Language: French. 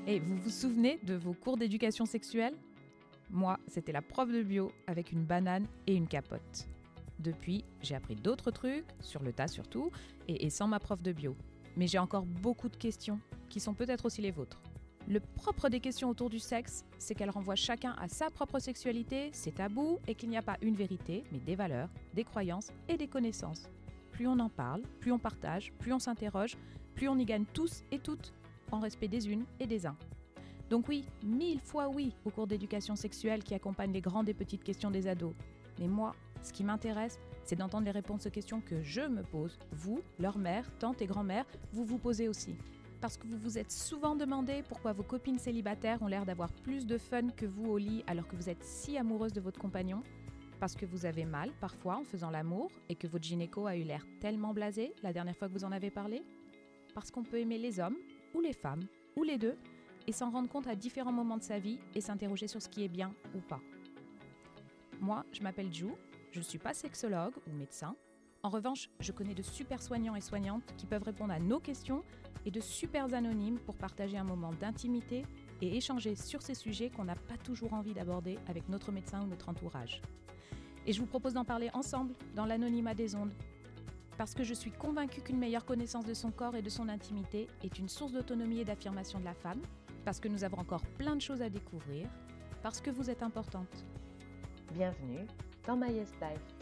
Et vous vous souvenez de vos cours d'éducation sexuelle ? Moi, c'était la prof de bio avec une banane et une capote. Depuis, j'ai appris d'autres trucs, sur le tas surtout, et sans ma prof de bio. Mais j'ai encore beaucoup de questions, qui sont peut-être aussi les vôtres. Le propre des questions autour du sexe, c'est qu'elles renvoient chacun à sa propre sexualité, ses tabous, et qu'il n'y a pas une vérité, mais des valeurs, des croyances et des connaissances. Plus on en parle, plus on partage, plus on s'interroge, plus on y gagne tous et toutes, en respect des unes et des uns. Donc oui, 1000 fois oui au cours d'éducation sexuelle qui accompagne les grandes et petites questions des ados. Mais moi, ce qui m'intéresse, c'est d'entendre les réponses aux questions que je me pose. Vous, leur mère, tante et grand-mère, vous vous posez aussi. Parce que vous vous êtes souvent demandé pourquoi vos copines célibataires ont l'air d'avoir plus de fun que vous au lit alors que vous êtes si amoureuse de votre compagnon. Parce que vous avez mal, parfois, en faisant l'amour et que votre gynéco a eu l'air tellement blasé la dernière fois que vous en avez parlé. Parce qu'on peut aimer les hommes, ou les femmes, ou les deux, et s'en rendre compte à différents moments de sa vie et s'interroger sur ce qui est bien ou pas. Moi, je m'appelle Ju, je ne suis pas sexologue ou médecin. En revanche, je connais de super soignants et soignantes qui peuvent répondre à nos questions et de super anonymes pour partager un moment d'intimité et échanger sur ces sujets qu'on n'a pas toujours envie d'aborder avec notre médecin ou notre entourage. Et je vous propose d'en parler ensemble dans l'anonymat des ondes. Parce que je suis convaincue qu'une meilleure connaissance de son corps et de son intimité est une source d'autonomie et d'affirmation de la femme, parce que nous avons encore plein de choses à découvrir, parce que vous êtes importante. Bienvenue dans My Yes Life.